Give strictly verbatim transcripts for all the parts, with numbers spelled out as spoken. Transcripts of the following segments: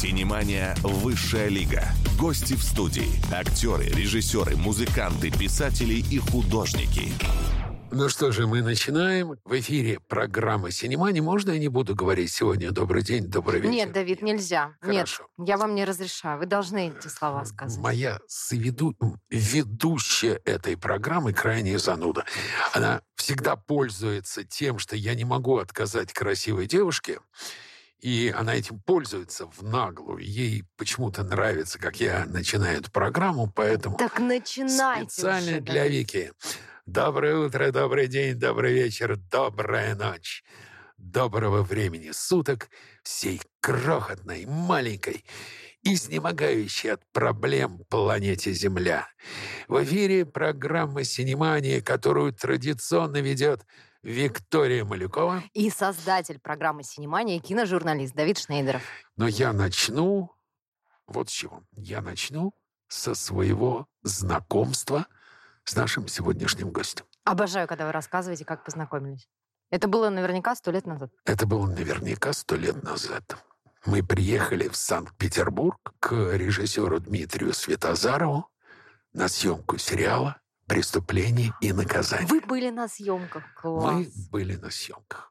Синемания «Высшая лига». Гости в студии. Актеры, режиссеры, музыканты, писатели и художники. Ну что же, мы начинаем. В эфире программа «Синемания». Можно я не буду говорить сегодня «добрый день», «добрый вечер»? Нет, Давид, нельзя. Хорошо. Нет, я вам не разрешаю. Вы должны эти слова сказать. Моя соведу... ведущая этой программы крайне зануда. Она всегда пользуется тем, что я не могу отказать красивой девушке, и она этим пользуется в наглую. Ей почему-то нравится, как я начинаю эту программу, поэтому... Так начинайте специально уже, для Давид. Вики. Доброе утро, добрый день, добрый вечер, добрая ночь. Доброго времени суток всей крохотной, маленькой, изнемогающей от проблем планете Земля. В эфире программа «Синемания», которую традиционно ведет Виктория Малюкова. И создатель программы «Синемания» киножурналист Давид Шнейдеров. Но я начну вот с чего. Я начну со своего знакомства с нашим сегодняшним гостем. Обожаю, когда вы рассказываете, как познакомились. Это было наверняка сто лет назад. Это было наверняка сто лет назад. Мы приехали в Санкт-Петербург к режиссеру Дмитрию Светозарову на съемку сериала «Преступление и наказание». Вы были на съемках. Класс. Мы были на съемках.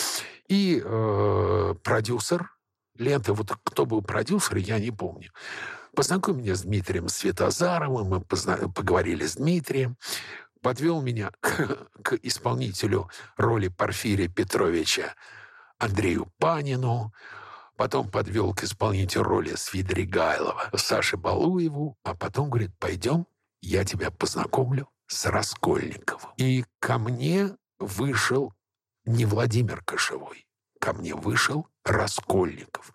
И э, продюсер ленты, вот кто был продюсер, я не помню, познакомил меня с Дмитрием Светозаровым, мы позна- поговорили с Дмитрием, подвел меня к, к исполнителю роли Порфирия Петровича Андрею Панину, потом подвел к исполнителю роли Свидригайлова Саше Балуеву, а потом говорит: пойдем, я тебя познакомлю с Раскольниковым. И ко мне вышел не Владимир Кошевой, ко мне вышел Раскольников.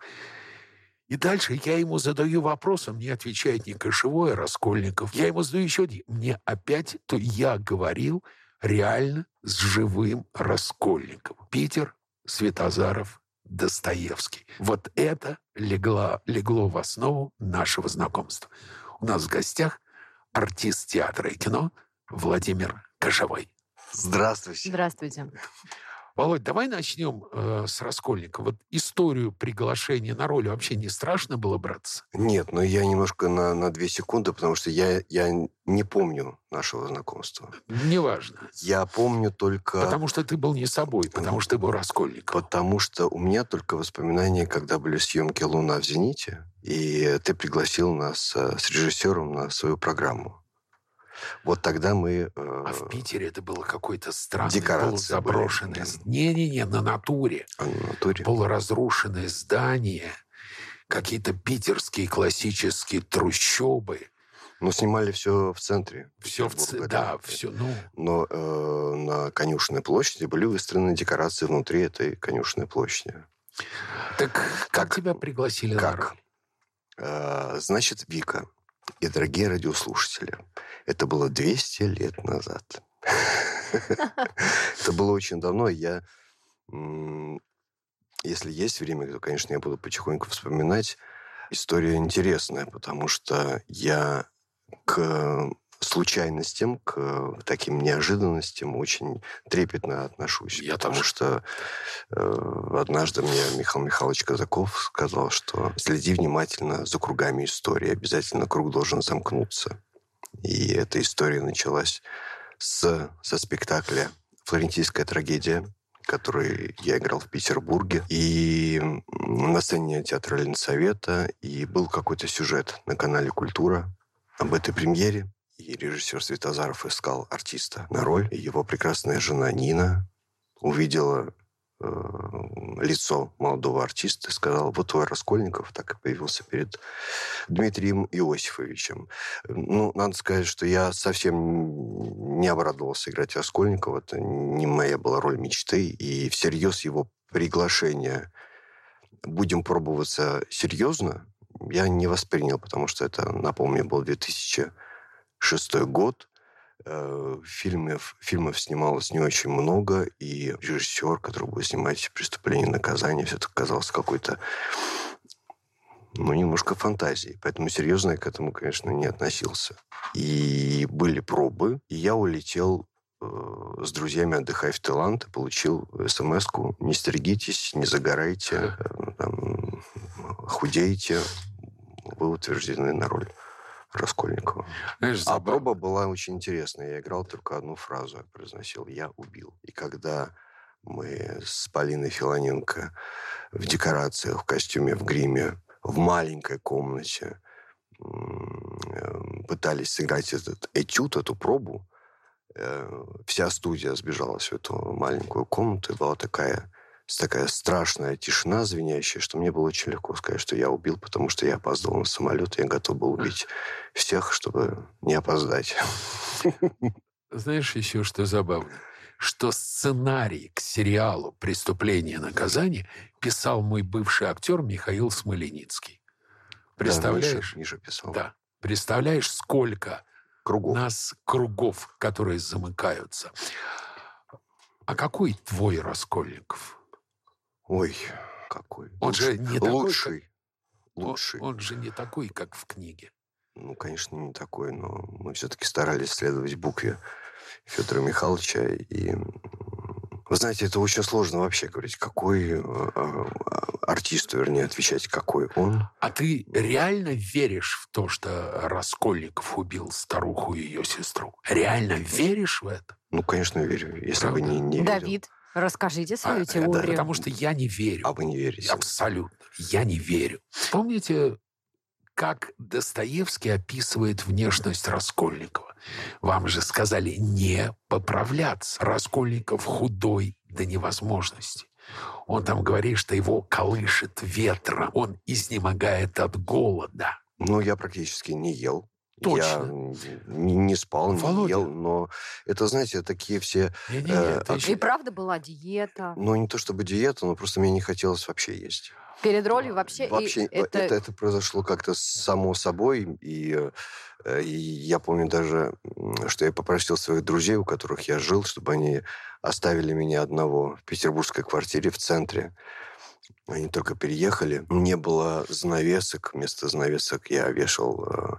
И дальше я ему задаю вопрос, он мне отвечает не Кошевой, а Раскольников. Я ему задаю еще один. Мне опять, то я говорил реально с живым Раскольниковым. Питер, Светозаров, Достоевский. Вот это легло, легло в основу нашего знакомства. У нас в гостях артист театра и кино Владимир Кошевой. Здравствуйте. Здравствуйте. Володь, давай начнем э, с Раскольникова. Вот историю приглашения на роль вообще не страшно было браться? Нет, но я немножко на, на две секунды, потому что я, я не помню нашего знакомства. Неважно. Я помню только... Потому что ты был не собой, потому что ты был Раскольников. Потому что у меня только воспоминания, когда были съемки «Луна в зените», и ты пригласил нас с режиссером на свою программу. Вот тогда мы... Э, а в Питере это было какое-то странное, декорации полузаброшенное... были. Не-не-не, на натуре. А, на натуре. Полуразрушенное здание, какие-то питерские классические трущобы. Ну, снимали все в центре. Все в центре, да, все, ну... Но э, на Конюшенной площади были выстроены декорации внутри этой Конюшенной площади. Так как, как тебя пригласили на Как? роль? Э, значит, Вика и дорогие радиослушатели, это было двести лет назад. Это было очень давно. Я, если есть время, то, конечно, я буду потихоньку вспоминать. История интересная, потому что я к случайностям, к таким неожиданностям очень трепетно отношусь. Я потому тоже. что э, однажды мне Михаил Михайлович Казаков сказал, что следи внимательно за кругами истории. Обязательно круг должен замкнуться. И эта история началась с, со спектакля «Флорентийская трагедия», который я играл в Петербурге. И на сцене театра Ленсовета. И был какой-то сюжет на канале «Культура» об этой премьере. И режиссер Светозаров искал артиста на роль. И его прекрасная жена Нина увидела э, лицо молодого артиста и сказала: вот твой Раскольников. Так и появился перед Дмитрием Иосифовичем. Ну, надо сказать, что я совсем не обрадовался играть Раскольникова. Это не моя была роль мечты. И всерьез его приглашение «будем пробоваться серьезно» я не воспринял, потому что это, напомню, был две тысячи шестой год. Фильмов, фильмов снималось не очень много, и режиссер, который будет снимать «Преступление и наказание», все-таки казался какой-то, ну, немножко фантазией. Поэтому серьезно я к этому, конечно, не относился. И были пробы, и я улетел э, с друзьями отдыхая в Таиланд, и получил смс-ку: не стригитесь, не загорайте, э, там, худейте, вы утверждены на роль Раскольникова. Знаешь, А забавно. проба была очень интересная. Я играл только одну фразу, я произносил: «Я убил». И когда мы с Полиной Филоненко в декорациях, в костюме, в гриме, в маленькой комнате м, пытались сыграть этот этюд, эту пробу, э, вся студия сбежалась в эту маленькую комнату, и была такая, такая страшная тишина звенящая, что мне было очень легко сказать, что я убил, потому что я опоздал на самолет, и я готов был убить всех, чтобы не опоздать. Знаешь еще, что забавно? Что сценарий к сериалу «Преступление и наказание» писал мой бывший актер Михаил Смоленицкий. Представляешь? Да, Миша, Миша писал. Да. Представляешь, сколько Кругов. нас кругов, которые замыкаются. А какой твой Раскольников? Ой, какой. Он Лучший. же не такой, Лучший. как- Лучший. Он, он же не такой, как в книге. Ну, конечно, не такой, но мы все-таки старались следовать букве Федора Михайловича. И, вы знаете, это очень сложно вообще говорить, какой э, э, артисту, вернее, отвечать, какой он. А ты реально веришь в то, что Раскольников убил старуху и ее сестру? Реально веришь в это? Ну, конечно, верю. Если Правда? бы не, не верил. Давид, расскажите свою А, теорию. да, потому что я не верю. А вы не верите? Абсолютно. Я не верю. Помните, как Достоевский описывает внешность Раскольникова? Вам же сказали не поправляться. Раскольников худой до невозможности. Он там говорит, что его колышет ветром. Он изнемогает от голода. Ну, я практически не ел. Точно. Я не, не спал, не Володя. ел, но это, знаете, такие все... Не-не-не, э, это от- еще- И правда была диета. Ну, не то чтобы диета, но просто мне не хотелось вообще есть. Перед ролью вообще... и Вообще, это... это... Это, произошло как-то само собой, и, э, и я помню даже, м, что я попросил своих друзей, у которых я жил, чтобы они оставили меня одного в петербургской квартире в центре. Они только переехали. Не было занавесок. Вместо занавесок я вешал э,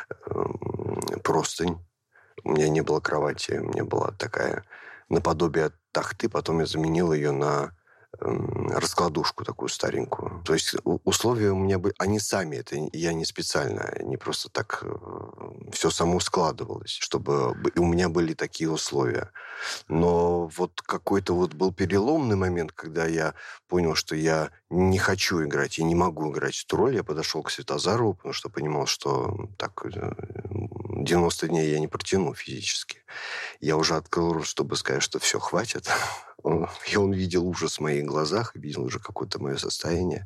э, простынь. У меня не было кровати. У меня была такая наподобие тахты. Потом я заменил ее на раскладушку такую старенькую. То есть условия у меня были... Они сами, это я не специально, не просто так все само складывалось, чтобы у меня были такие условия. Но вот какой-то вот был переломный момент, когда я понял, что я не хочу играть, я не могу играть эту роль. Я подошел к Светозарову, потому что понимал, что так девяносто дней я не протяну физически. Я уже открыл рот, чтобы сказать, что все, хватит. И он видел ужас в моих глазах, видел уже какое-то мое состояние,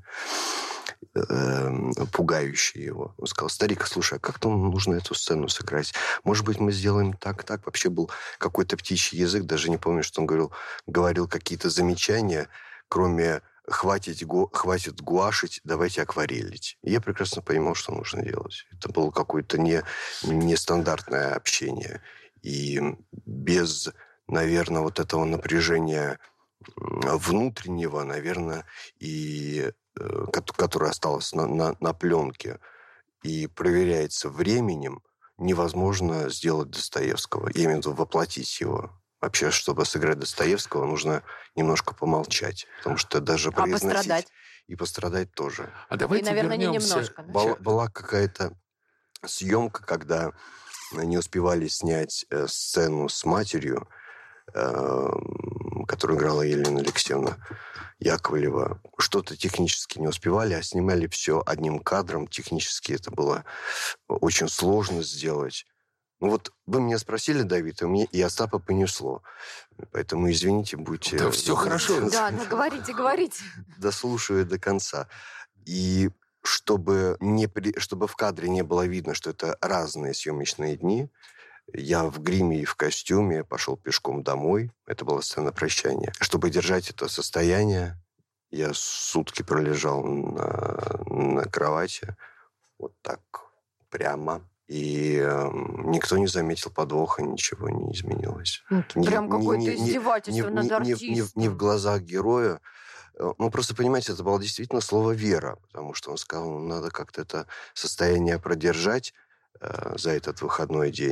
пугающее его. Он сказал: старик, слушай, а как нам нужно эту сцену сыграть? Может быть, мы сделаем так, так? Вообще был какой-то птичий язык, даже не помню, что он говорил. Говорил какие-то замечания, кроме «хватит, гу... хватит гуашить, давайте акварелить». И я прекрасно понимал, что нужно делать. Это было какое-то не... нестандартное общение. И без... наверное, вот этого напряжения внутреннего, наверное, и э, которое осталось на, на, на пленке и проверяется временем, невозможно сделать Достоевского. Я имею в виду воплотить его. Вообще, чтобы сыграть Достоевского, нужно немножко помолчать. Потому что даже А произносить... пострадать? И пострадать тоже. А давайте И, наверное, не вернемся... немножко, да? Была, была какая-то съемка, когда не успевали снять э, сцену с матерью, э, которую играла Елена Алексеевна Яковлева. Что-то технически не успевали, а снимали все одним кадром. Технически это было очень сложно сделать. Ну вот вы меня спросили, Давид, и мне и Остапа понесло. Поэтому, извините, будьте... Да все хорошо. Да, ну говорите, говорите. Дослушаю до конца. И чтобы, не при... чтобы в кадре не было видно, что это разные съемочные дни, я в гриме и в костюме пошел пешком домой. Это была сцена прощания. Чтобы держать это состояние, я сутки пролежал на, на кровати. Вот так прямо. И э, никто не заметил подвоха, ничего не изменилось. Ну, прям Ни- какое-то ни- ни- издевательство ни- над ни- ни- артистом. ни в- ни в глазах героя. Ну, просто, понимаете, это было действительно слово «вера», потому что он сказал, ну, надо как-то это состояние продержать э, за этот выходной день.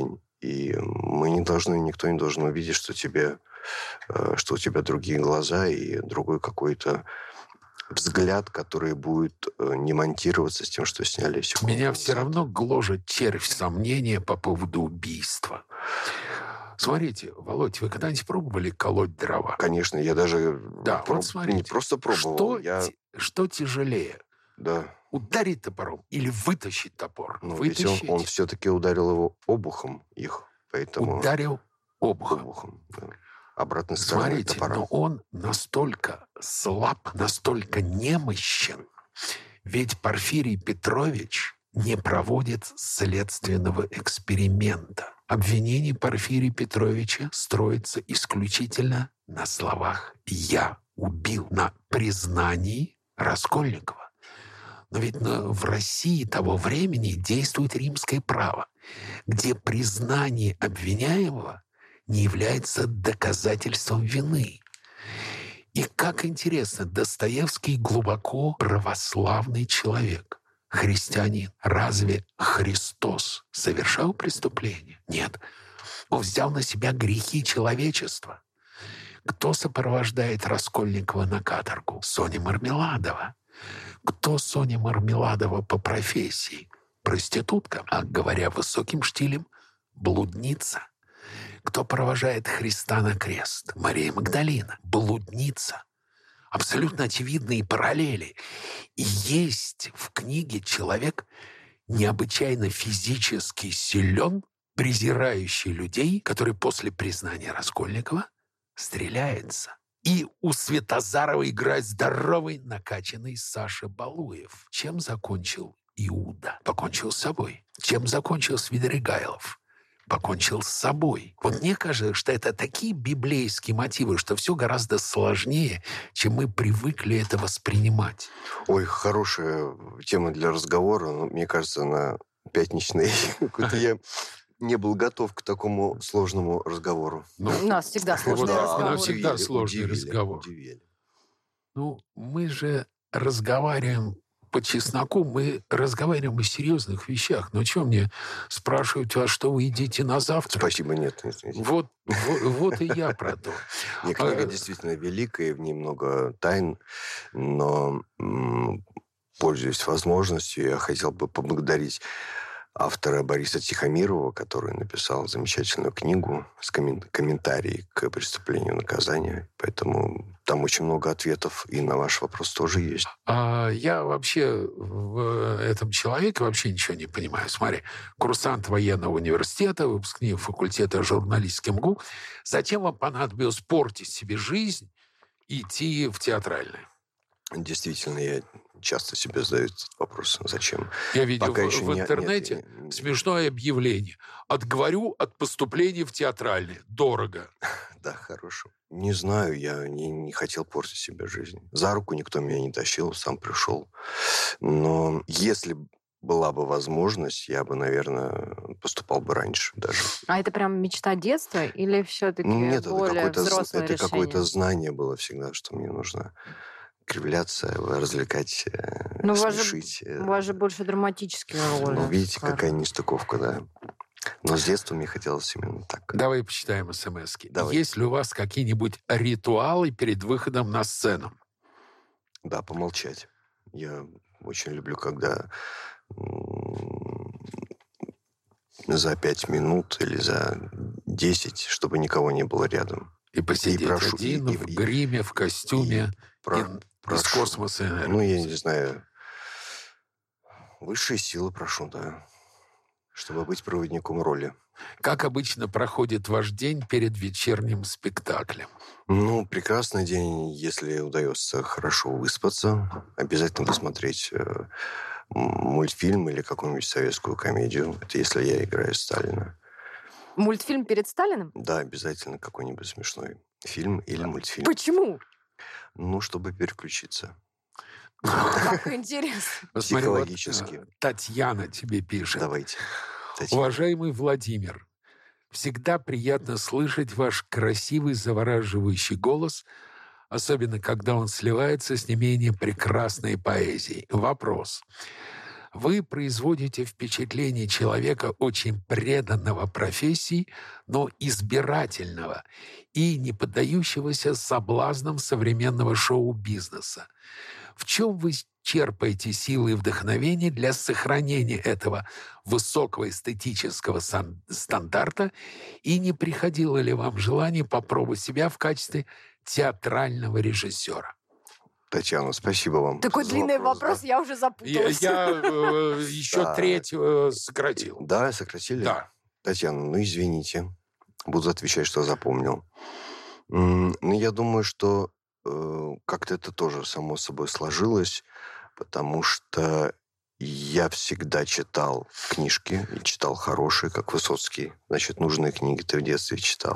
И мы не должны, никто не должен увидеть, что тебе, э, что у тебя другие глаза и другой какой-то взгляд, который будет э, не монтироваться с тем, что сняли секунду Меня назад. все равно гложет червь сомнения по поводу убийства. Смотрите, Володь, вы когда-нибудь пробовали колоть дрова? Конечно, я даже Да, проб- вот смотрите. не просто пробовал, Что, я... ти- что тяжелее? Да. Ударить топором или вытащить топор? Ну, ведь Вытащить. он, он все-таки ударил его обухом их, поэтому... Ударил обухом. Обухом, да. Обратной стороной Смотрите, топора. но он настолько слаб, настолько немощен. Ведь Порфирий Петрович не проводит следственного эксперимента. Обвинение Порфирия Петровича строится исключительно на словах «я убил», на признании Раскольникова. Но ведь на- в России того времени действует римское право, где признание обвиняемого не является доказательством вины. И как интересно, Достоевский глубоко православный человек, христианин. Разве Христос совершал преступление? Нет. Он взял на себя грехи человечества. Кто сопровождает Раскольникова на каторгу? Соня Мармеладова. Кто Соня Мармеладова по профессии? Проститутка, а говоря высоким штилем, блудница. Кто провожает Христа на крест? Мария Магдалина, блудница. Абсолютно очевидные параллели. И есть в книге человек необычайно физически силен, презирающий людей, который после признания Раскольникова стреляется. И у Светозарова играет здоровый, накачанный Саша Балуев. Чем закончил Иуда? Покончил с собой. Чем закончил Свидригайлов? Покончил с собой. Вот мне кажется, что это такие библейские мотивы, что все гораздо сложнее, чем мы привыкли это воспринимать. Ой, хорошая тема для разговора, но мне кажется, на пятничный какой-то я не был готов к такому сложному разговору. Ну, У нас всегда сложный да, разговор. у нас всегда удивили, сложный удивили, разговор. удивили. ну, мы же разговариваем по чесноку, мы разговариваем о серьезных вещах. Но что мне спрашивают, а что вы едите на завтрак? Спасибо, нет. нет, нет. Вот, вот, вот и я про то. Не, книга А, действительно великая, в ней много тайн, но, м, пользуясь возможностью, я хотел бы поблагодарить автора Бориса Тихомирова, который написал замечательную книгу с коммен- комментарией к преступлению и наказанию. Поэтому там очень много ответов, и на ваш вопрос тоже есть. А я вообще в этом человеке вообще ничего не понимаю. Смотри, курсант военного университета, выпускник факультета журналистики МГУ. Зачем вам понадобилось портить себе жизнь и идти в театральное? Действительно, я часто себе задаю этот вопрос. Зачем? Я видел Пока в, еще в не- интернете нет, не- смешное объявление. Отговорю от поступления в театральное. Дорого. Да, хорошо. Не знаю, я не, не хотел портить себе жизнь. За руку никто меня не тащил, сам пришел. Но если была бы возможность, я бы, наверное, поступал бы раньше даже. А это прям мечта детства или все-таки Нет, это более какое-то, з- взрослое это решение? какое-то знание было всегда, что мне нужно кривляться, развлекать, э, Ну, у вас же- смешить. э. У вас же больше драматические роли. Ну, видите, скажем. какая нестыковка, да. Но с детства мне хотелось именно так. Давай почитаем смс-ки. Давай. Есть ли у вас какие-нибудь ритуалы перед выходом на сцену? Да, помолчать. Я очень люблю, когда м, за пять минут или за десять, чтобы никого не было рядом. И посидеть прошу- один и- и- в гриме, в костюме, Про- и- из прошу. космоса. наверное. Ну, я не знаю. Высшие силы прошу, да. Чтобы быть проводником роли. Как обычно проходит ваш день перед вечерним спектаклем? Ну, прекрасный день, если удается хорошо выспаться. Обязательно посмотреть э, м- мультфильм или какую-нибудь советскую комедию. Это если я играю Сталина. Мультфильм перед Сталиным? Да, обязательно какой-нибудь смешной фильм или мультфильм. Почему? Ну, чтобы переключиться. Как интересно. Вот смотри, вот, Психологически. э, Татьяна тебе пишет. Давайте. Татьяна. Уважаемый Владимир, всегда приятно слышать ваш красивый, завораживающий голос, особенно когда он сливается с не менее прекрасной поэзией. Вопрос. Вы производите впечатление человека очень преданного профессии, но избирательного и не поддающегося соблазнам современного шоу-бизнеса. В чем вы черпаете силы и вдохновение для сохранения этого высокого эстетического сан- стандарта, и не приходило ли вам желание попробовать себя в качестве театрального режиссера? Татьяна, спасибо вам. Такой за длинный вопрос, вопрос, да. я уже Я, запуталась. я, э, еще Да. треть э, сократил. Да, сократили? Да. Татьяна, ну извините. Буду отвечать, что запомнил. М, Ну, я думаю, что э, как-то это тоже само собой сложилось, потому что я всегда читал книжки, и читал хорошие, как Высоцкий. Значит, нужные книги ты в детстве читал.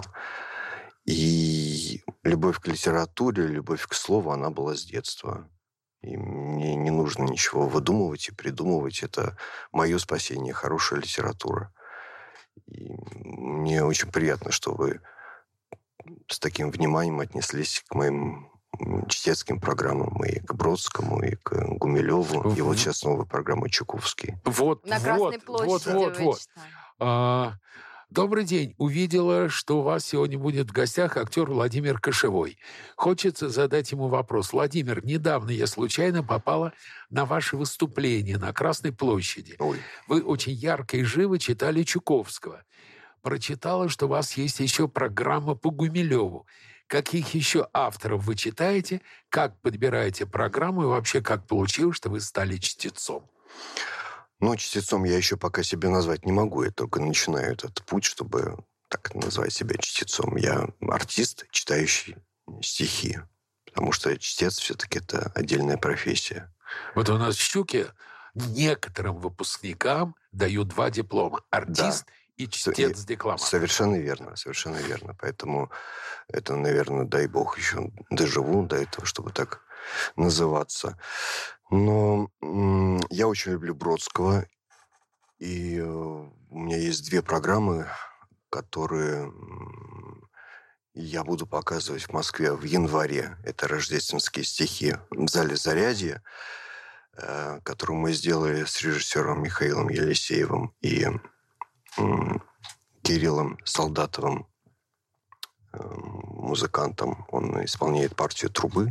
И любовь к литературе, любовь к слову, она была с детства. И мне не нужно ничего выдумывать и придумывать. Это мое спасение, хорошая литература. И мне очень приятно, что вы с таким вниманием отнеслись к моим м, чтецким программам, и к Бродскому, и к Гумилеву. И вот Мгм. сейчас новая программа «Чуковский». Вот, На вот, Красной вот, площади вот, вы вот. читали. А, добрый день. Увидела, что у вас сегодня будет в гостях актер Владимир Кошевой. Хочется задать ему вопрос. Владимир, недавно я случайно попала на ваше выступление на Красной площади. Ой, Вы очень ярко и живо читали Чуковского. Прочитала, что у вас есть еще программа по Гумилеву. Каких еще авторов вы читаете? Как подбираете программу? И вообще, как получилось, что вы стали чтецом? ну, чтецом я еще пока себя назвать не могу. Я только начинаю этот путь, чтобы так назвать себя чтецом. Я артист, читающий стихи. Потому что чтец все-таки это отдельная профессия. Вот у нас в «Щуке» некоторым выпускникам дают два диплома. Артист и чтец-декламатор. Совершенно верно, совершенно верно. Поэтому это, наверное, дай бог, еще доживу до этого, чтобы так называться. Но м, я очень люблю Бродского. И э, у меня есть две программы, которые м, я буду показывать в Москве в январе. Это рождественские стихи в зале «Зарядье», э, которую мы сделали с режиссером Михаилом Елисеевым и м, Кириллом Солдатовым, э, музыкантом. Он исполняет партию трубы.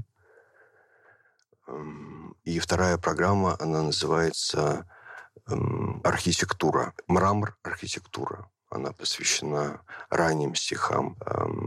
Эм, И вторая программа, она называется эм, «Архитектура». «Мрамор. Архитектура». Она посвящена ранним стихам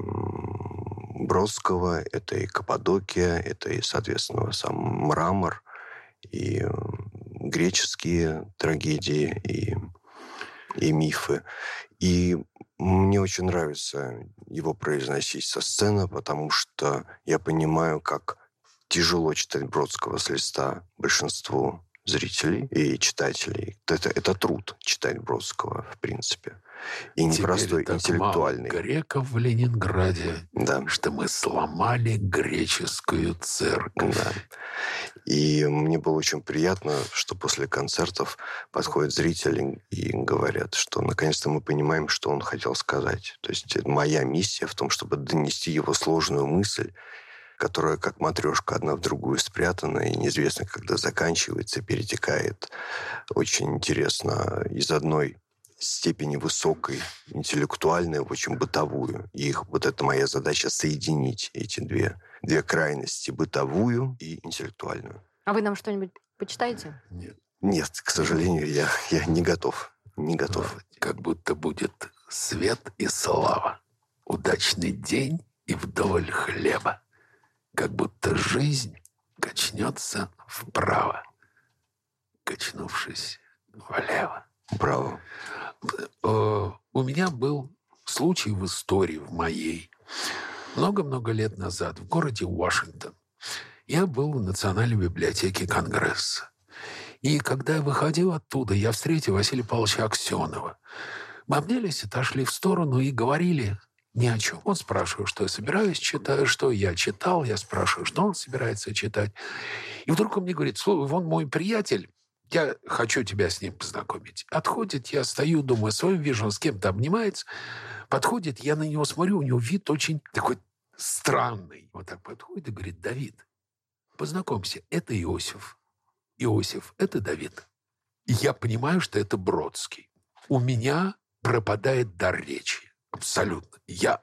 эм, Бродского. Это и Каппадокия, это и, соответственно, сам мрамор, и э, греческие трагедии, и, и мифы. И мне очень нравится его произносить со сцены, потому что я понимаю, как тяжело читать Бродского с листа большинству зрителей и читателей. Это, это труд читать Бродского, в принципе. И непростой, так интеллектуальный. мало греков в Ленинграде, Да. что мы сломали греческую церковь. Да. И мне было очень приятно, что после концертов подходят зрители и говорят, что наконец-то мы понимаем, что он хотел сказать. То есть моя миссия в том, чтобы донести его сложную мысль, которая как матрешка одна в другую спрятана, и неизвестно, когда заканчивается, перетекает очень интересно из одной степени высокой, интеллектуальной, в очень бытовую. И их, вот это моя задача — соединить эти две, две крайности, бытовую и интеллектуальную. А вы нам что-нибудь почитаете? Нет. Нет, к сожалению, я, я не готов. Не готов. Как будто будет свет и слава, удачный день и вдоволь хлеба. Как будто жизнь качнется вправо, качнувшись влево. Браво. Э, У меня был случай в истории, в моей, много-много лет назад в городе Вашингтон. Я был в Национальной библиотеке Конгресса. И когда я выходил оттуда, я встретил Василия Павловича Аксенова. Мы обнялись, отошли в сторону и говорили ни о чем. Он спрашивал, что я собираюсь читать, что я читал. Я спрашиваю, что он собирается читать. И вдруг он мне говорит: слушай, вон мой приятель, я хочу тебя с ним познакомить. Отходит, я стою, думаю, своим вижу, он с кем-то обнимается. Подходит, я на него смотрю, у него вид очень такой странный. Вот так подходит и говорит: Давид, познакомься, это Иосиф. Иосиф, это Давид. И я понимаю, что это Бродский. У меня пропадает дар речи. Абсолютно. Я...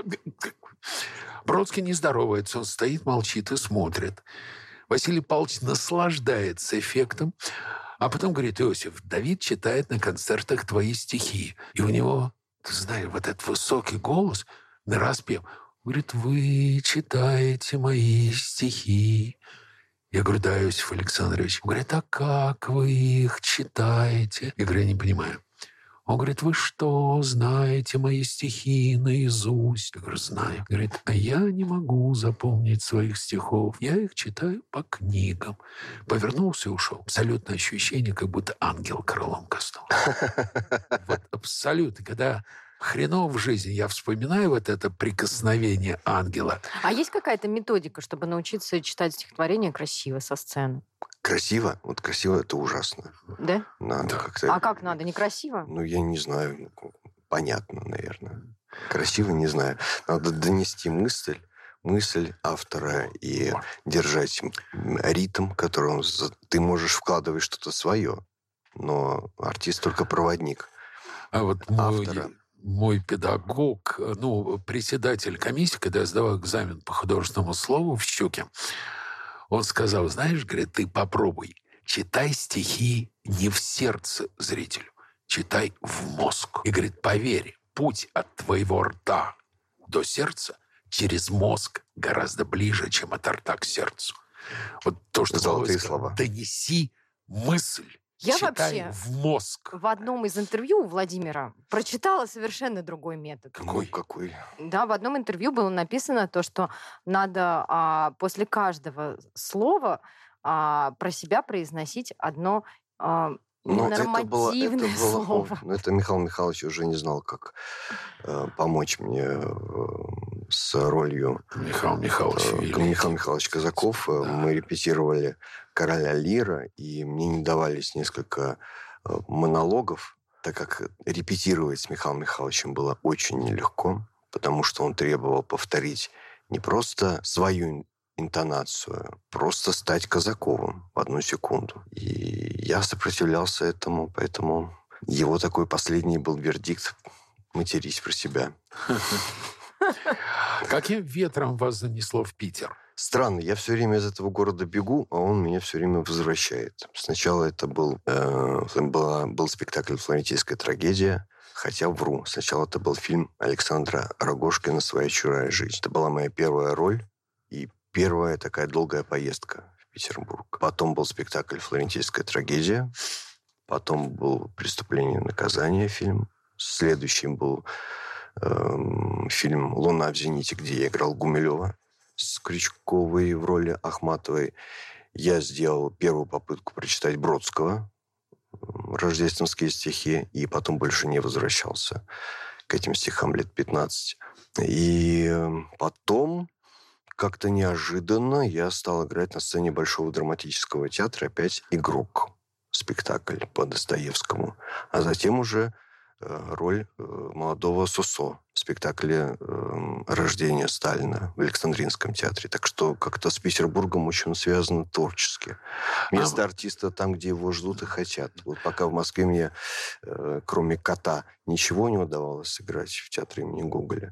Бродский не здоровается, он стоит, молчит и смотрит. Василий Павлович наслаждается эффектом, а потом говорит: Иосиф, Давид читает на концертах твои стихи. И у него, ты знаешь, вот этот высокий голос на распев. Говорит: вы читаете мои стихи. Я говорю: да, Иосиф Александрович. Он говорит: а как вы их читаете? Я говорю: я не понимаю. Он говорит: вы что, знаете мои стихи наизусть? Я говорю: знаю. Говорит: а я не могу запомнить своих стихов. Я их читаю по книгам. Повернулся и ушел. Абсолютное ощущение, как будто ангел крылом коснулся. Вот абсолютно. Когда хреново в жизни я вспоминаю вот это прикосновение ангела. А есть какая-то методика, чтобы научиться читать стихотворение красиво, со сцены? Красиво? Вот красиво — это ужасно. Да? Надо Да. как-то... А как надо? Некрасиво? Ну, я не знаю. Ну, понятно, наверное. Красиво не знаю. Надо донести мысль, мысль автора и держать ритм, который он... Ты можешь вкладывать что-то свое, но артист только проводник А вот мой, автора. мой педагог, ну, председатель комиссии, когда я сдавал экзамен по художественному слову в Щуке, он сказал: знаешь, говорит, ты попробуй, читай стихи не в сердце зрителю, читай в мозг. И говорит: поверь, путь от твоего рта до сердца через мозг гораздо ближе, чем от рта к сердцу. Вот то, что Золотые Володя слова. сказал: донеси мысль, Я читай вообще в мозг. в одном из интервью у Владимира прочитала совершенно другой метод. Какой? Ну, какой? Да, в одном интервью было написано то, что надо а, после каждого слова а, про себя произносить одно а, Ну, это было, нормативное это было, слово. ну, это Михаил Михайлович уже не знал, как э, помочь мне э, с ролью. Михаил Михайлович Э, великий. Михаил Михайлович Казаков. Э, Да. Мы репетировали «Короля Лира», и мне не давались несколько э, монологов, так как репетировать с Михаилом Михайловичем было очень нелегко, потому что он требовал повторить не просто свою интонацию, просто стать Казаковым в одну секунду. И я сопротивлялся этому, поэтому его такой последний был вердикт: матерись про себя. Каким ветром вас занесло в Питер? Странно, я все время из этого города бегу, а он меня все время возвращает. Сначала это был, э, была, был спектакль «Флорентийская трагедия», хотя вру. Сначала это был фильм Александра Рогожкина «Своя чужая жизнь». Это была моя первая роль и первая такая долгая поездка в Петербург. Потом был спектакль «Флорентийская трагедия». Потом был «Преступление и наказание» фильм. Следующим был э, фильм «Луна в зените», где я играл Гумилева с Крючковой в роли Ахматовой. Я сделал первую попытку прочитать Бродского, рождественские стихи, и потом больше не возвращался к этим стихам лет пятнадцать. И потом как-то неожиданно я стал играть на сцене Большого драматического театра опять «Игрок», спектакль по Достоевскому. А затем уже э, роль э, молодого Сосо в спектакле э, «Рождение Сталина» в Александринском театре. Так что как-то с Петербургом очень связано творчески. Место А- артиста там, где его ждут и хотят. Вот пока в Москве мне, э, кроме «Кота», ничего не удавалось сыграть в театре имени Гоголя.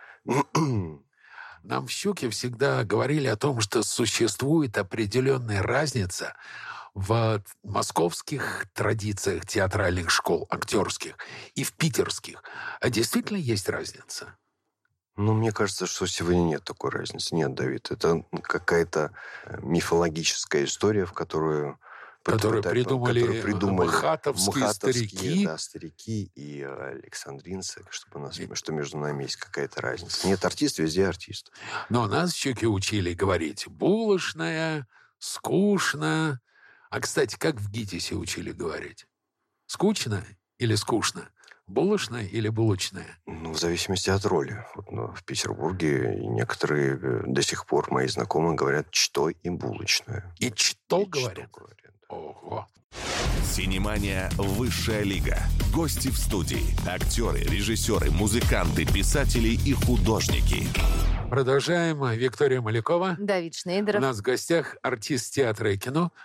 Нам в «Щуке» всегда говорили о том, что существует определенная разница в московских традициях театральных школ, актерских, и в питерских. А действительно есть разница? Ну, мне кажется, что сегодня нет такой разницы. Нет, Давид. Это какая-то мифологическая история, в которую... Которые пытаются- придумали которую придумали мхатовские старики. Да, старики и александринцы, чтобы у нас, что между нами есть какая-то разница. Нет, артист везде артист. Но нас в «Щуке» учили говорить булочная, скучно. А, кстати, как в ГИТИСе учили говорить? Скучно или скучно? Булочная или булочная? Ну, в зависимости от роли. Вот, ну, в Петербурге некоторые э, до сих пор мои знакомые говорят «что» и «булочная». И что И говорят? «что» говорят. Ого. Синемания «Высшая лига». Гости в студии. Актеры, режиссеры, музыканты, писатели и художники. Продолжаем. Виктория Малякова. Давид У Шнейдеров. нас в гостях артист театра и кино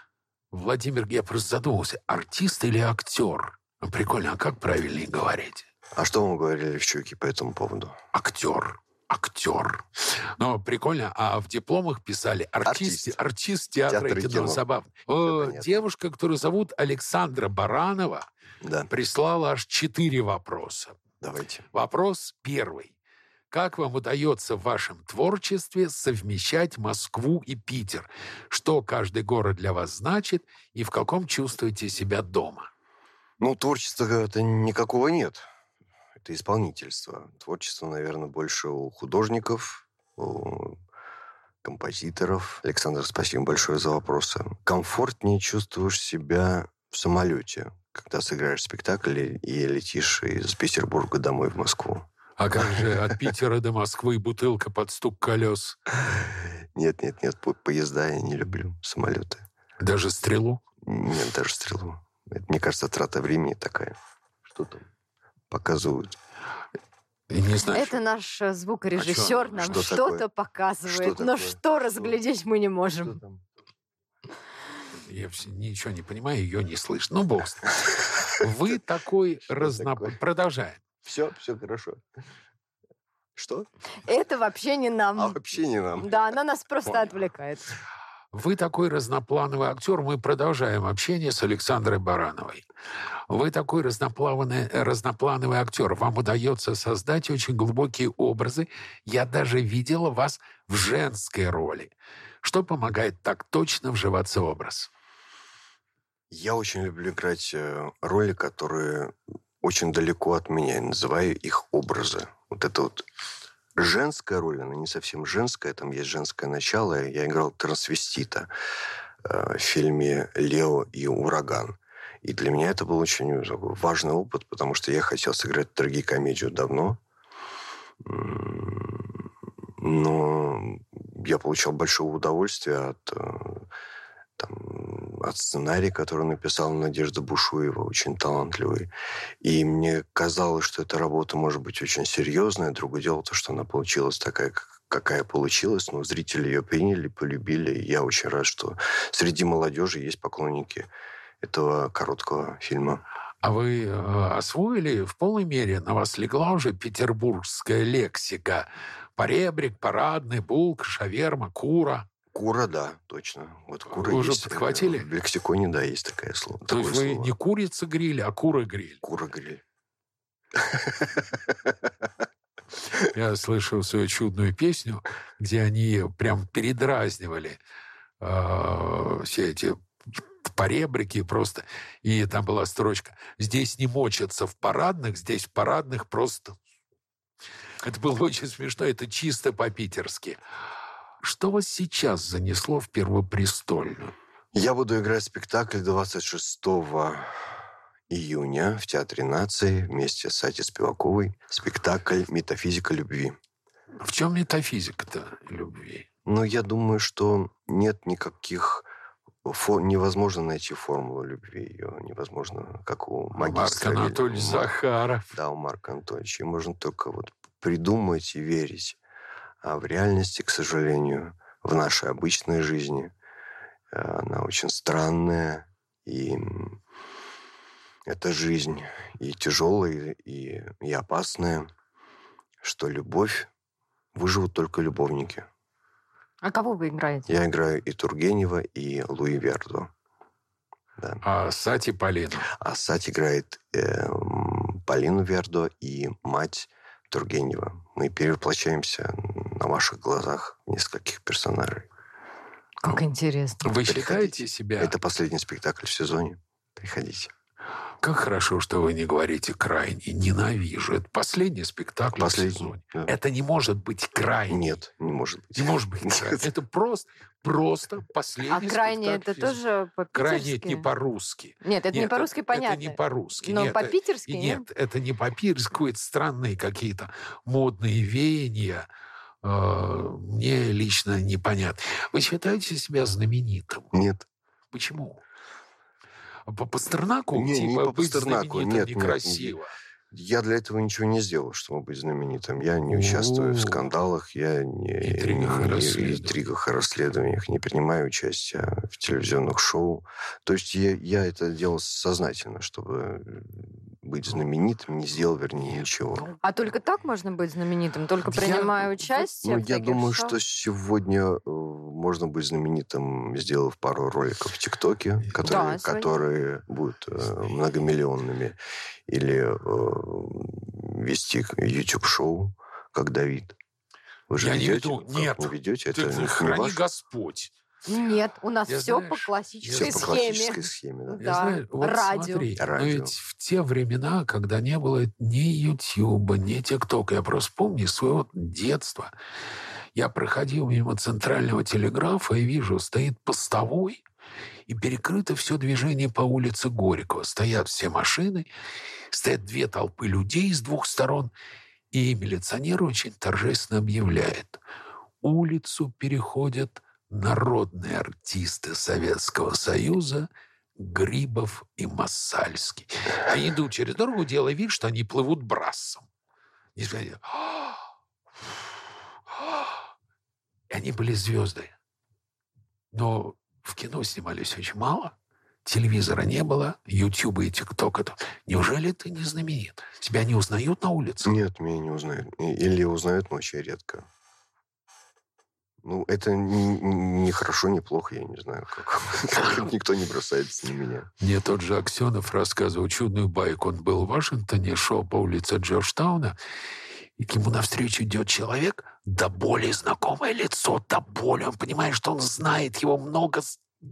Владимир, я просто задумался, артист или актер? Ну, прикольно, а как правильнее говорить? А что вам говорили в «Щуке» по этому поводу? Актер. Актер. Но прикольно, а в дипломах писали артист, Артист. артист театра, Театра и и кино. кино. Забавно. Всё Э, понятно. Девушка, которую зовут Александра Баранова, Да, прислала аж четыре вопроса. давайте. Вопрос первый. Как вам удается в вашем творчестве совмещать Москву и Питер? Что каждый город для вас значит и в каком чувствуете себя дома? Ну, творчества-то никакого нет. Это исполнительство. Творчество, наверное, больше у художников, у композиторов. Александр, спасибо большое за вопросы. Комфортнее чувствуешь себя в самолете, когда сыграешь спектакль и летишь из Петербурга домой в Москву. А как же от Питера до Москвы бутылка под стук колес? Нет, нет, нет, по- поезда я не люблю, самолеты. Даже стрелу? Нет, даже стрелу. Это, мне кажется, трата времени такая. Что там показывают? И не знаю. Это наш э, звукорежиссер А чё? нам Что что-то такое? показывает, Что но такое? что разглядеть мы не можем. там? Я все- ничего не понимаю, ее не слышно. Ну, бог с ним. Вы такой разно... такое? Продолжаем. Все, все хорошо. Что? Это вообще не А нам. вообще не нам. Да, она нас просто Понял. отвлекает. Вы такой разноплановый актер. Мы продолжаем общение с Александрой Барановой. Вы такой разноплановый, разноплановый актер. Вам удается создать очень глубокие образы. Я даже видела вас в женской роли. Что помогает так точно вживаться в образ? Я очень люблю играть э, роли, которые очень далеко от меня. Я называю их образы. Вот это вот женская роль, она не совсем женская, там есть женское начало. Я играл трансвестита э, в фильме «Лео и ураган». И для меня это был очень такой важный опыт, потому что я хотел сыграть трагикомедию давно. М, Но я получал большое удовольствие от, э, там, от сценария, который написала Надежда Бушуева, очень талантливый. И мне казалось, что эта работа может быть очень серьезная. Другое дело то, что она получилась такая, как- какая получилась. Но зрители ее приняли, полюбили. И я очень рад, что среди молодежи есть поклонники этого короткого фильма. А вы э, освоили в полной мере, на вас легла уже петербургская лексика? Поребрик, парадный, булка, шаверма, кура. Кура, да, точно. Вот кура Вы уже есть. подхватили? В лексиконе, да, есть такое слово. То такое есть вы слово. не курица-гриль, а кура-гриль. Кура-гриль. Я слышал свою чудную песню, где они прям передразнивали э, все эти поребрики просто. И там была строчка: «Здесь не мочатся в парадных, здесь в парадных просто...» Это было очень смешно, это чисто по-питерски. Что вас сейчас занесло в Первопрестольную? Я буду играть спектакль двадцать шестого июня в Театре нации вместе с Сатей Спиваковой. Спектакль «Метафизика любви». В чем метафизика-то любви? Ну, я думаю, что нет никаких... фор- Невозможно найти формулу любви. Ее невозможно, как у Марк магистра. Анатольевич Вильяма. Захаров. Да, у Марка Анатольевича. И можно только вот придумать и верить. А в реальности, к сожалению, в нашей обычной жизни э, она очень странная. И м, эта жизнь и тяжелая, и, и опасная, что любовь выживут только любовники. А кого вы играете? Я играю и Тургенева, и Луи Вердо. Да. А Сати Полину. А Сать играет э, м, Полину Вердо и мать Тургенева. Мы перевоплощаемся на ваших глазах в нескольких персонажей. Как интересно. Вы Приходите. считаете себя... Это последний спектакль в сезоне. Приходите. Как хорошо, что вы не говорите «крайне». Ненавижу. Это последний спектакль в Последний. сезоне. Да. Это не может быть крайне. Нет, не может быть. Не может быть Нет. крайне. Это просто, просто последний А крайне спектакль это в сезоне. тоже по-питерски? Крайне это не по-русски. Нет, это не Нет, по-русски, понятно. Это не по-русски. Но Нет, по-питерски, э, нет? Нет, это не по-питерски. Это странные какие-то модные веяния. Э, Мне лично непонятно. Вы считаете себя знаменитым? Нет. Почему? По Пастернаку, Не, не типа, по быть Пастернаку. знаменитым Нет, нет, некрасиво. Я для этого ничего не сделал, чтобы быть знаменитым. Я не участвую в скандалах, я не, интригах, не, и не интригах и расследованиях, не принимаю участие в телевизионных шоу. То есть я, я это делал сознательно, чтобы быть знаменитым, не сделал, вернее, ничего. А только так можно быть знаменитым? Только принимая Я, участие ну, в я таких думаю, шоу? что сегодня можно быть знаменитым, сделав пару роликов в ТикТоке, которые, Да, которые будут э, многомиллионными, или э, вести YouTube-шоу, как Давид. Вы же я ведете? не веду. Нет. Не ведете? Это Ты, не, храни не ваш? Господь. Нет, у нас Я все знаешь, по классической Все по схеме. классической схеме, да. Я Да, знаю, вот радио. смотри, но Радио. ведь в те времена, когда не было ни Ютьюба, ни ТикТока, я просто помню из своего детства, я проходил мимо центрального телеграфа и вижу, стоит постовой, и перекрыто все движение по улице Горького. Стоят все машины, стоят две толпы людей с двух сторон, и милиционер очень торжественно объявляет: улицу переходят народные артисты Советского Союза Грибов и Массальский. Они идут через дорогу, делая вид, что они плывут брассом. И они были звезды. Но в кино снимались очень мало. Телевизора не было, Ютуба и ТикТока. Неужели ты не знаменит? Тебя не узнают на улице? Нет, меня не узнают. Или узнают, но очень редко. Ну, это не, не хорошо, не плохо, я не знаю, как. как никто не бросается на меня. Мне тот же Аксенов рассказывал чудную байку. Он был в Вашингтоне, шел по улице Джорджтауна, и к нему навстречу идет человек, да более знакомое лицо, да более. Он понимает, что он знает его много,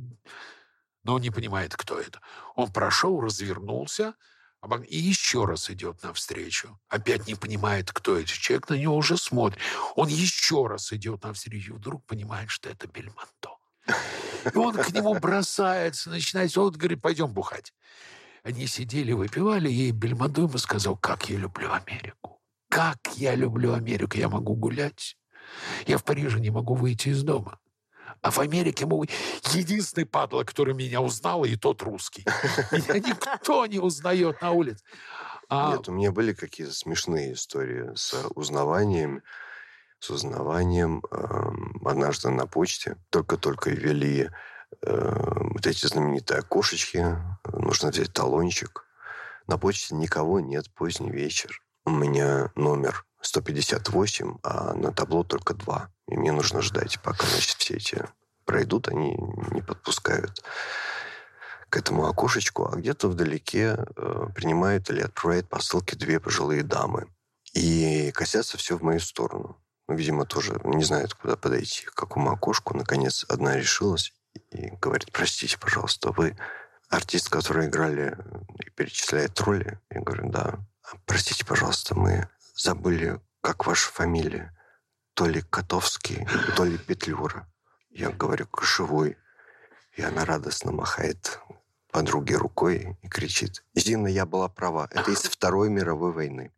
но он не понимает, кто это. Он прошел, развернулся, и еще раз идет навстречу. Опять не понимает, кто это. Человек на него уже смотрит. Он еще раз идет навстречу, и вдруг понимает, что это Бельмондо. И он к нему бросается, начинает, он говорит: пойдем бухать. Они сидели, выпивали, и Бельмондо ему сказал: как я люблю Америку. Как я люблю Америку. Я могу гулять. Я в Париже не могу выйти из дома. А в Америке мой единственный падла, который меня узнал, и тот русский. Меня никто не узнает на улице. А... Нет, у меня были какие-то смешные истории с узнаванием. С узнаванием. Однажды на почте только-только ввели вот эти знаменитые окошечки. Нужно взять талончик. На почте никого нет, поздний вечер. У меня номер сто пятьдесят восемь, а на табло только два. И мне нужно ждать, пока, значит, все эти пройдут, они не подпускают к этому окошечку, а где-то вдалеке э, принимают или отправляют посылки две пожилые дамы. И косятся все в мою сторону. Ну, видимо, тоже не знают, куда подойти, к какому окошку. Наконец, одна решилась и говорит: простите, пожалуйста, вы артист, который играли и перечисляет роли? Я говорю: да. Простите, пожалуйста, мы забыли, как ваша фамилия. То ли Котовский, то ли Петлюра. Я говорю: Кошевой. И она радостно махает подруге рукой и кричит: Зина, я была права. Это из Второй мировой войны.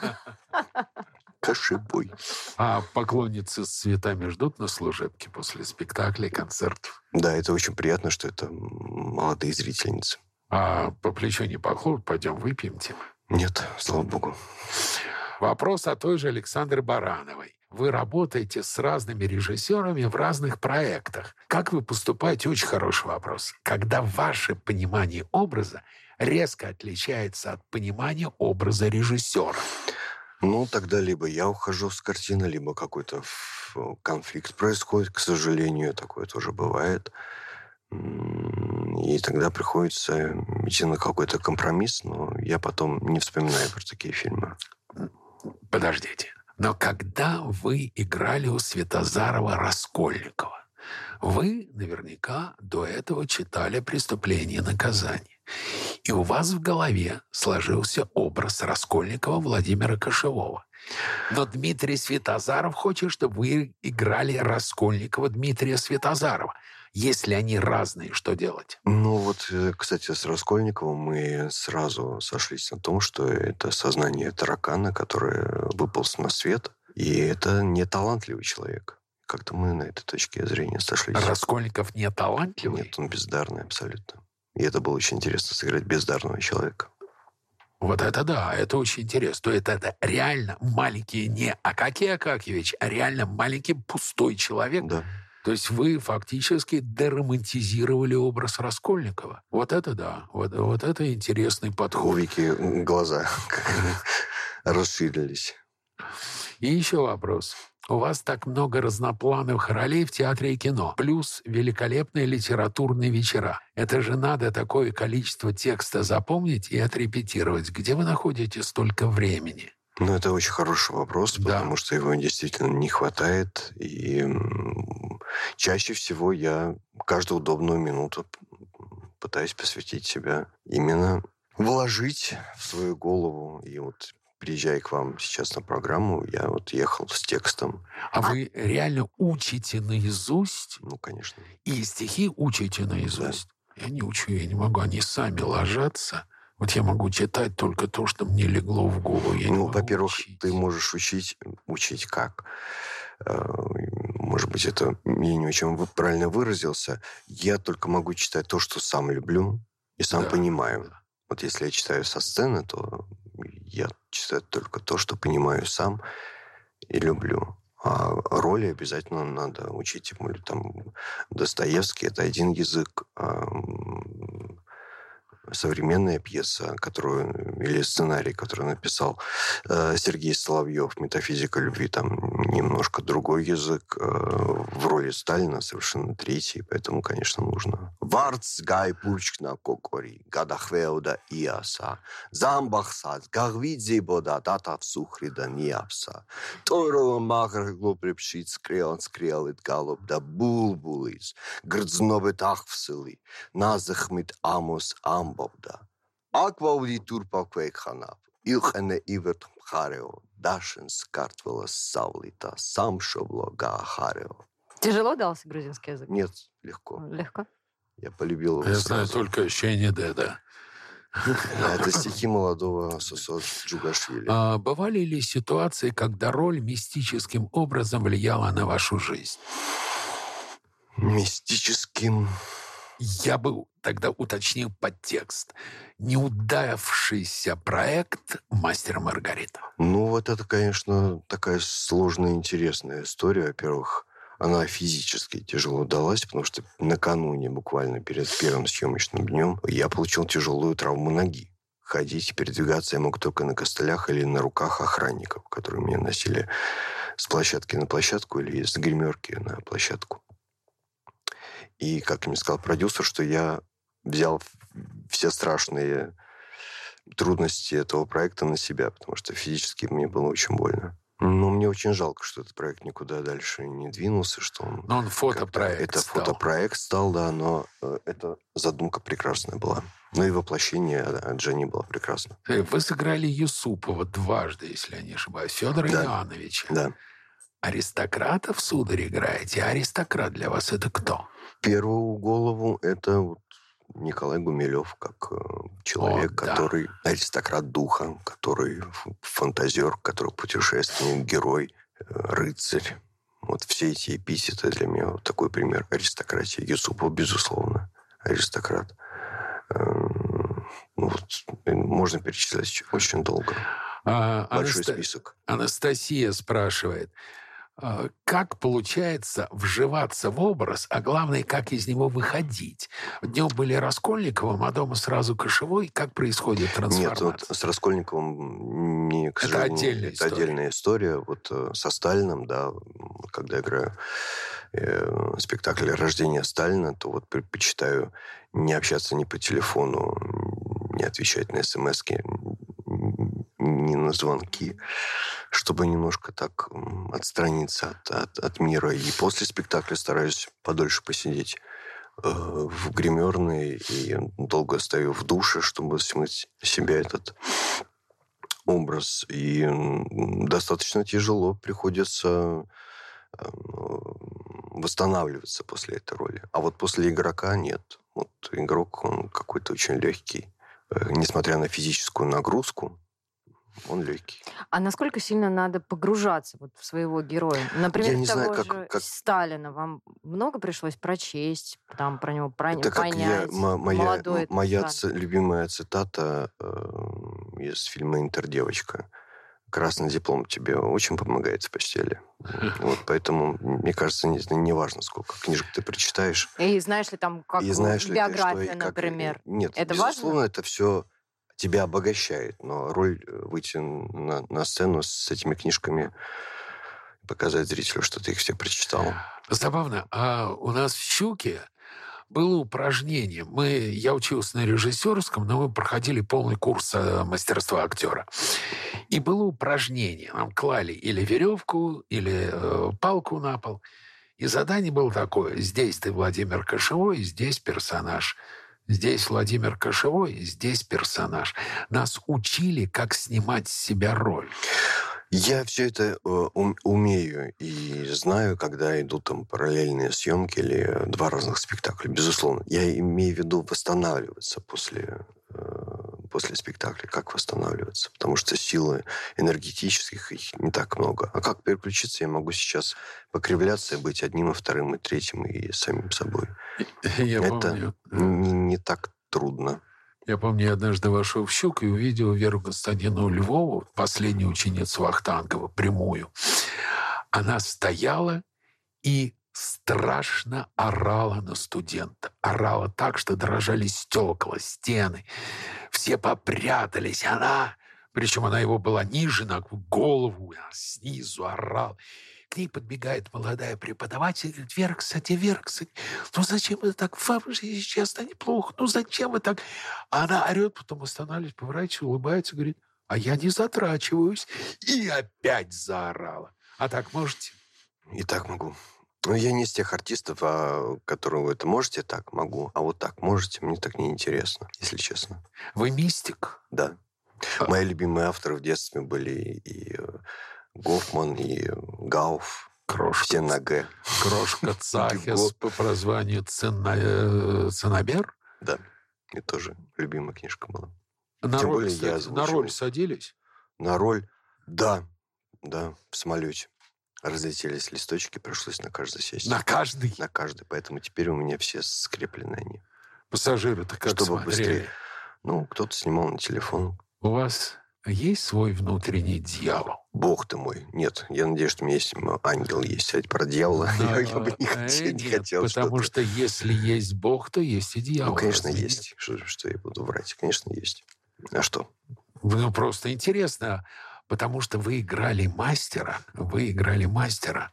Кошевой. А поклонницы с цветами ждут на служебке после спектаклей, концертов? Да, это очень приятно, что это молодые зрительницы. А по плечу не похлопают? Пойдем выпьем, Тима? Нет, слава богу. Вопрос от той же Александры Барановой. Вы работаете с разными режиссерами в разных проектах. Как вы поступаете? Очень хороший вопрос. Когда ваше понимание образа резко отличается от понимания образа режиссера. Ну, тогда либо я ухожу с картины, либо какой-то конфликт происходит, к сожалению, такое тоже бывает. И тогда приходится идти на какой-то компромисс, но я потом не вспоминаю про такие фильмы. Подождите. Но когда вы играли у Светозарова Раскольникова, вы наверняка до этого читали «Преступление и наказание». И у вас в голове сложился образ Раскольникова Владимира Кошевого. Но Дмитрий Светозаров хочет, чтобы вы играли Раскольникова Дмитрия Светозарова. Если они разные, что делать? Ну вот, кстати, с Раскольниковым мы сразу сошлись на том, что это сознание таракана, которое выполз на свет, и это не талантливый человек. Как-то мы на этой точке зрения сошлись. Раскольников не талантливый? Нет, он бездарный абсолютно. И это было очень интересно, сыграть бездарного человека. Вот это да, это очень интересно. То есть это реально маленький, не Акакий Акакьевич, а реально маленький пустой человек. Да. То есть вы фактически деромантизировали образ Раскольникова. Вот это да, вот, вот это интересный У подход. Вики глаза расширились. И еще вопрос. У вас так много разноплановых ролей в театре и кино. Плюс великолепные литературные вечера. Это же надо такое количество текста запомнить и отрепетировать. Где вы находите столько времени? Ну, это очень хороший вопрос, Да. потому что его действительно не хватает. И м, чаще всего я каждую удобную минуту пытаюсь посвятить себя именно вложить в свою голову. И вот приезжая к вам сейчас на программу, я вот ехал с текстом. А вы реально учите наизусть? Ну, конечно. И стихи учите наизусть? Я не учу, я не могу. Они сами ложатся. Вот я могу читать только то, что мне легло в голову. Я не Ну, могу во-первых, учить. ты можешь учить, учить как? Э, Может быть, это я не очень вы- правильно выразился. Я только могу читать то, что сам люблю и сам Да, понимаю. да. Вот если я читаю со сцены, то я читаю только то, что понимаю сам и люблю. А роли обязательно надо учить. Тем более, там Достоевский – это один язык. А м, современная пьеса, которую, или сценарий, который написал э, Сергей Соловьев, «Метафизика любви», там немножко другой язык. Э, в роли Сталина совершенно третий, поэтому, конечно, нужно. Варц гай пурчкна кокори, гадахвеуда иаса, замбахсад, гагвидзи бода, дата в сухрида ниапса. Тойрова махар глопрепшит, скрел, скрел, и галоп, да булбулис, грдзнобет ахвсили, назахмит амос амбовда. Акваудитур паквейханап, илхене иверт мхарео, дашенс картвела савлита, сам шобло гаахарео. Тяжело дался грузинский язык? Нет, легко. Легко. Я полюбил его Я знаю сразу. только ощущение Деда. Это стихи молодого Сосо Джугашвили. А бывали ли ситуации, когда роль мистическим образом влияла на вашу жизнь? Мистическим. Я бы тогда уточнил подтекст. Неудавшийся проект «Мастер и Маргарита». Ну, вот это, конечно, такая сложная, интересная история. Во-первых, она физически тяжело далась, потому что накануне, буквально перед первым съемочным днем, я получил тяжелую травму ноги. Ходить и передвигаться я мог только на костылях или на руках охранников, которые меня носили с площадки на площадку или с гримерки на площадку. И, как мне сказал продюсер, что я взял все страшные трудности этого проекта на себя, потому что физически мне было очень больно. Но мне очень жалко, что этот проект никуда дальше не двинулся, что он... Но он фотопроект Это стал. фотопроект стал, да, но э, эта задумка прекрасная была. Ну и воплощение от Дженни было прекрасно. Вы сыграли Юсупова дважды, если я не ошибаюсь. Федора Да. Иоанновича. Да. Аристократов, сударь, играете. А аристократ для вас это кто? Первую голову это вот Николай Гумилев, как э, человек, О, да. который аристократ духа, который ф- фантазер, который путешественник, герой, э, рыцарь. Вот все эти эпитеты для меня вот такой пример аристократии. Юсупов, безусловно, аристократ. Эм, ну вот, э, можно перечислять очень долго. А, Большой Анаста- список. Анастасия спрашивает, а, как получается вживаться в образ, а главное, как из него выходить? Днем были Раскольниковым, а дома сразу Кошевой. Как происходит трансформация? Нет, вот с Раскольниковым мне, к Это сожалению, отдельная это история. отдельная история. Вот э, со Сталиным, да, когда играю э, спектакль «Рождение Сталина», то вот предпочитаю не общаться ни по телефону, не отвечать на смски, ни на звонки, чтобы немножко так м, отстраниться от, от, от мира. И после спектакля стараюсь подольше посидеть э, в гримерной и долго стою в душе, чтобы смыть с себя этот образ. И м, достаточно тяжело приходится э, восстанавливаться после этой роли. А вот после игрока нет. Вот игрок, он какой-то очень легкий. Э, несмотря на физическую нагрузку, он легкий. А насколько сильно надо погружаться вот в своего героя? Например, Я не того знаю, как- же как- Сталина вам много пришлось прочесть, там про него про... Это как я, понять? м- моя, молодой м- моя Сталин. ц- любимая цитата э, из фильма «Интердевочка». Красный диплом тебе очень помогает в постели. Вот, поэтому, мне кажется, не, не важно, сколько книжек ты прочитаешь. И знаешь ли там, как и знаешь ли биографию, ты, что, например? Как... Нет, это безусловно, важно? это все тебя обогащает. Но роль выйти на, на сцену с этими книжками, показать зрителю, что ты их все прочитал. Забавно. А у нас в «Щуке» было упражнение. Мы, я учился на режиссерском, но мы проходили полный курс мастерства актера. И было упражнение. Нам клали или веревку, или э, палку на пол. И задание было такое. Здесь ты Владимир Кошевой, здесь персонаж. Здесь Владимир Кошевой, здесь персонаж. Нас учили, как снимать с себя роль. Я все это э, ум, умею и знаю, когда идут там параллельные съемки или два разных спектакля. Безусловно. Я имею в виду восстанавливаться после, э, после спектакля. Как восстанавливаться? Потому что силы энергетических их не так много. А как переключиться? Я могу сейчас покривляться и быть одним, и вторым, и третьим, и самим собой. Я это помню. Не, не так трудно. Я помню, я однажды вошел в «Щук» и увидел Веру Константиновну Львову, последнюю ученицу Вахтангова, прямую. Она стояла и страшно орала на студента. Орала так, что дрожали стекла, стены. Все попрятались. Она, причем она его была ниже, на голову, снизу орала. К ней подбегает молодая преподаватель и говорит: «Вера, кстати, Вера, кстати, ну зачем вы так? Вам же сейчас-то неплохо. Ну зачем вы так?» А она орет, потом останавливается, поворачивается, улыбается, говорит: «А я не затрачиваюсь». И опять заорала. А так можете? И так могу. Но я не из тех артистов, а, которые вы это можете, так могу. А вот так можете, мне так неинтересно, если честно. Вы мистик? Да. А... Мои любимые авторы в детстве были и Гофман, и Гауф. Крошка. Все на Г. Крошка Цахес по прозванию Цена... Ценобер? Да. И тоже любимая книжка была. На Тем роль, более кстати, я озвучивал. На роль садились? На роль? Да. Да, в самолете. Разлетелись листочки, пришлось на каждый сесть. На каждый? На каждый. Поэтому теперь у меня все скреплены они. Пассажиры-то как Чтобы смотрели? Быстрее. Ну, кто-то снимал на телефон. У вас есть свой внутренний дьявол? Бог ты мой. Нет, я надеюсь, что у меня есть ангел есть. А про дьявола да, я бы не хотел. Нет, не хотел потому что если есть Бог, то есть и дьявол. Ну, конечно, разве есть. Что, что я буду врать? Конечно, есть. А что? Ну, просто интересно, потому что вы играли мастера, вы играли мастера,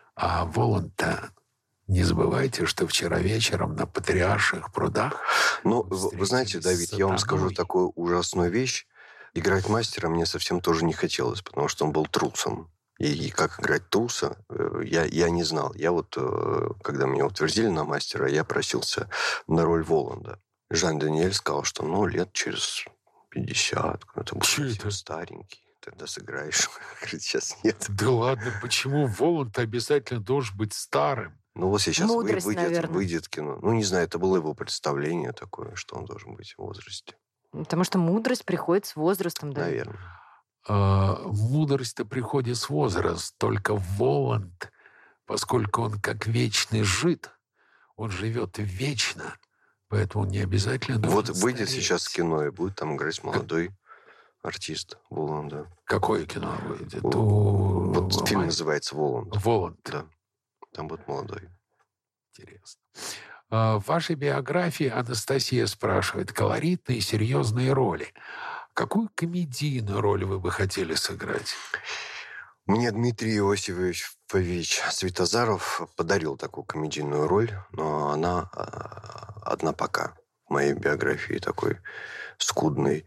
а Воланд-то, не забывайте, что вчера вечером на Патриарших прудах... Ну, вы, вы знаете, Давид, я вам скажу такую ужасную вещь. Играть мастера мне совсем тоже не хотелось, потому что он был трусом. И, и как играть труса, я, я не знал. Я вот, когда меня утвердили на мастера, я просился на роль Воланда. Жан-Даниэль сказал, что ну, лет через пятьдесят, когда ты будешь старенький, тогда сыграешь. Говорит, сейчас нет. Да ладно, почему Воланд обязательно должен быть старым? Ну, вот сейчас Мудрость, выйдет, выйдет кино. Ну, не знаю, это было его представление такое, что он должен быть в возрасте. Потому что мудрость приходит с возрастом, да? Наверное. А, мудрость-то приходит с возрастом. Только Воланд, поскольку он как вечный жид, он живет вечно, поэтому он не обязательно должен Вот выйдет стареть. сейчас кино, и будет там играть молодой артист Воланда. Какое кино выйдет? Вот, У... вот фильм называется «Воланд». Воланд. Да. Там будет молодой. Интересно. В вашей биографии Анастасия спрашивает: колоритные, серьезные роли. Какую комедийную роль вы бы хотели сыграть? Мне Дмитрий Иосифович Светозаров подарил такую комедийную роль, но она одна пока в моей биографии такой скудной.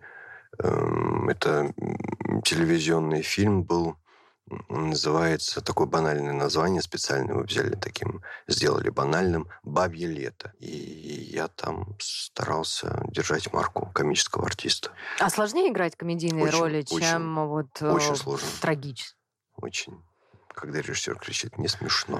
Это телевизионный фильм был, называется, такое банальное название, специально его взяли таким, сделали банальным, «Бабье лето». И я там старался держать марку комического артиста. А сложнее играть комедийные очень, роли, очень, чем вот очень э, сложно. трагические? Очень. Когда режиссер кричит: «Не смешно».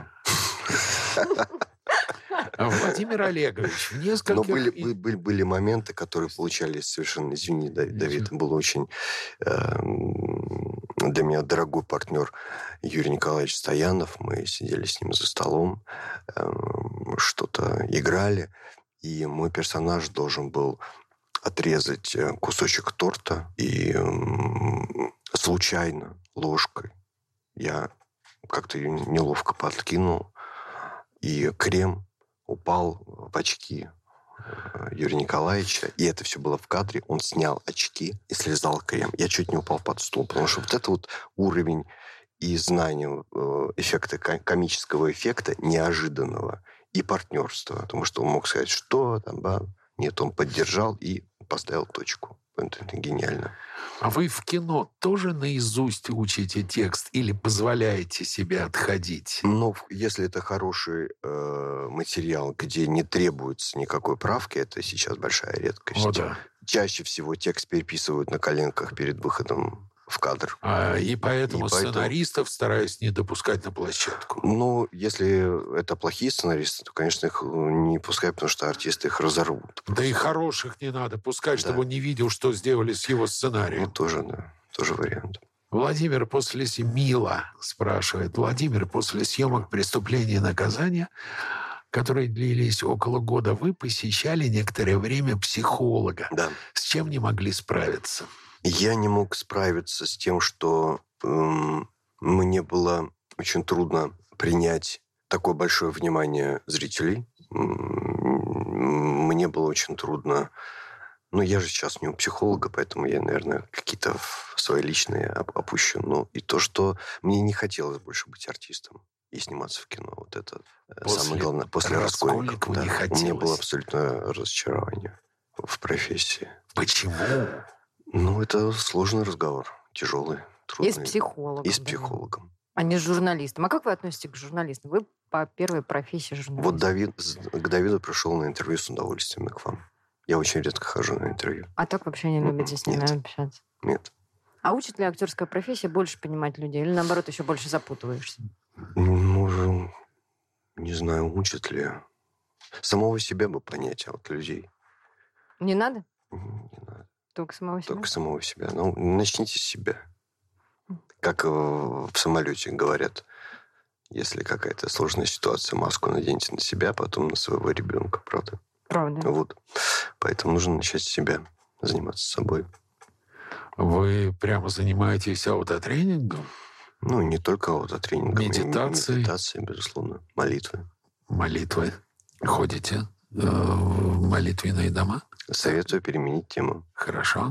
Владимир Олегович, в нескольких... Но были, были, были моменты, которые получались совершенно... Извини, Давид, был очень... Э, для меня дорогой партнер Юрий Николаевич Стоянов. Мы сидели с ним за столом, э, что-то играли, и мой персонаж должен был отрезать кусочек торта, и случайно ложкой я как-то ее неловко подкинул, и крем упал в очки Юрия Николаевича, и это все было в кадре. Он снял очки и слезал крем. Я чуть не упал под стул, потому что вот это вот уровень и знание эффекта, комического эффекта, неожиданного, и партнерства. Потому что он мог сказать, что там, да. Нет, он поддержал и поставил точку. Это, это гениально. А вы в кино тоже наизусть учите текст или позволяете себе отходить? Ну, если это хороший э, материал, где не требуется никакой правки, это сейчас большая редкость. О, да. Чаще всего текст переписывают на коленках перед выходом в кадр. А, и поэтому и поэтому... сценаристов стараюсь не допускать на площадку. Ну, если это плохие сценаристы, то, конечно, их не пускай, потому что артисты их разорвут. Да и хороших не надо пускать, да. чтобы он не видел, что сделали с его сценарием. Ну, тоже, да. Тоже вариант. Владимир после Мила спрашивает. Владимир, после съемок «Преступления и наказания», которые длились около года, вы посещали некоторое время психолога. Да. С чем не могли справиться? Я не мог справиться с тем, что эм, мне было очень трудно принять такое большое внимание зрителей. Мне было очень трудно... Ну, я же сейчас не у психолога, поэтому я, наверное, какие-то свои личные опущу. Ну, и то, что мне не хотелось больше быть артистом и сниматься в кино. Вот это после самое главное. После «Раскольникова» да, не хотелось. У меня было абсолютное разочарование в профессии. Почему? Ну, это сложный разговор, тяжелый, трудный. И с психологом. И с психологом. А не с журналистом. А как вы относитесь к журналистам? Вы по первой профессии журналист. Вот Давид, к Давиду пришел на интервью с удовольствием, и к вам. Я очень редко хожу на интервью. А так вообще не любите с ними Нет. общаться? Нет. А учит ли актерская профессия больше понимать людей? Или, наоборот, еще больше запутываешься? Ну, не знаю, учат ли. Самого себя бы понять, а вот людей... Не надо? Не надо. Только самого себя? Только самого себя. Ну, начните с себя. Как в самолете говорят, если какая-то сложная ситуация, маску наденьте на себя, потом на своего ребенка, правда? Правда. Вот. Поэтому нужно начать с себя, заниматься собой. Вы прямо занимаетесь аутотренингом? Ну, не только аутотренингом. Медитацией? Медитацией, безусловно. Молитвы. Молитвы. Ходите э, в молитвенные дома? Советую переменить тему. Хорошо.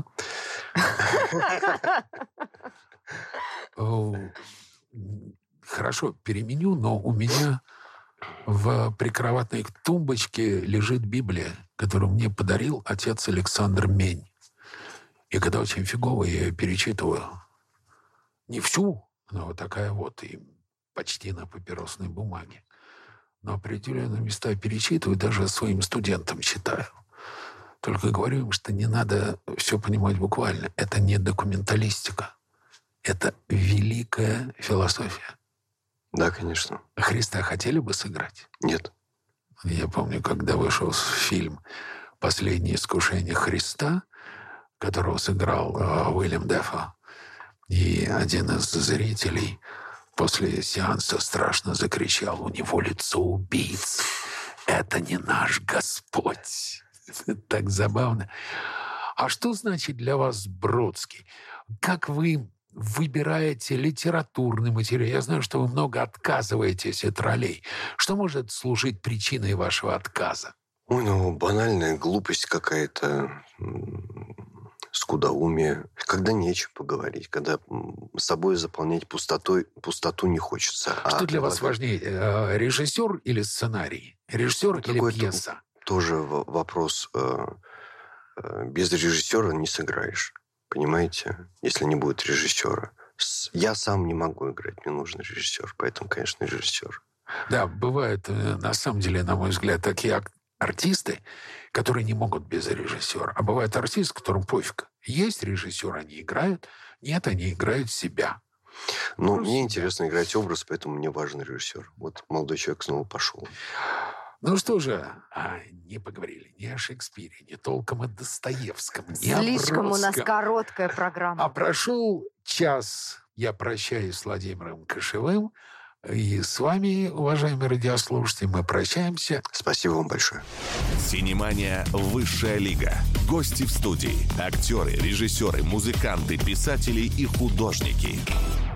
Хорошо, переменю, но у меня в прикроватной тумбочке лежит Библия, которую мне подарил отец Александр Мень. И когда очень фигово я ее перечитываю, не всю, но вот такая вот, и почти на папиросной бумаге, но определенные места перечитываю, даже своим студентам читаю. Только говорю им, что не надо все понимать буквально. Это не документалистика. Это великая философия. Да, конечно. Христа хотели бы сыграть? Нет. Я помню, когда вышел фильм «Последнее искушение Христа», которого сыграл э, Уильям Дефо, и один из зрителей после сеанса страшно закричал: «У него лицо убийцы. Это не наш Господь». Так забавно. А что значит для вас Бродский? Как вы выбираете литературный материал? Я знаю, что вы много отказываетесь от ролей. Что может служить причиной вашего отказа? Ой, ну, банальная глупость какая-то, скудоумие. Когда нечего поговорить, когда с собой заполнять пустотой, пустоту не хочется. Что а для вас важнее, режиссер или сценарий? Режиссер или Такой пьеса? Тоже вопрос. Без режиссера не сыграешь. Понимаете? Если не будет режиссера. Я сам не могу играть, мне нужен режиссер. Поэтому, конечно, режиссер. Да, бывают, на самом деле, на мой взгляд, такие артисты, которые не могут без режиссера. А бывают артисты, которым пофиг. Есть режиссер, они играют. Нет, они играют себя. Ну, Просто мне себя. интересно играть образ, поэтому мне важен режиссер. Вот молодой человек снова пошел. Ну что же, а, не поговорили ни о Шекспире, ни толком о Достоевском, ни о Слишком у нас Бродском. короткая программа. А прошел час. Я прощаюсь с Владимиром Кошевым. И с вами, уважаемые радиослушатели, мы прощаемся. Спасибо вам большое. «Синемания. Высшая лига». Гости в студии. Актеры, режиссеры, музыканты, писатели и художники.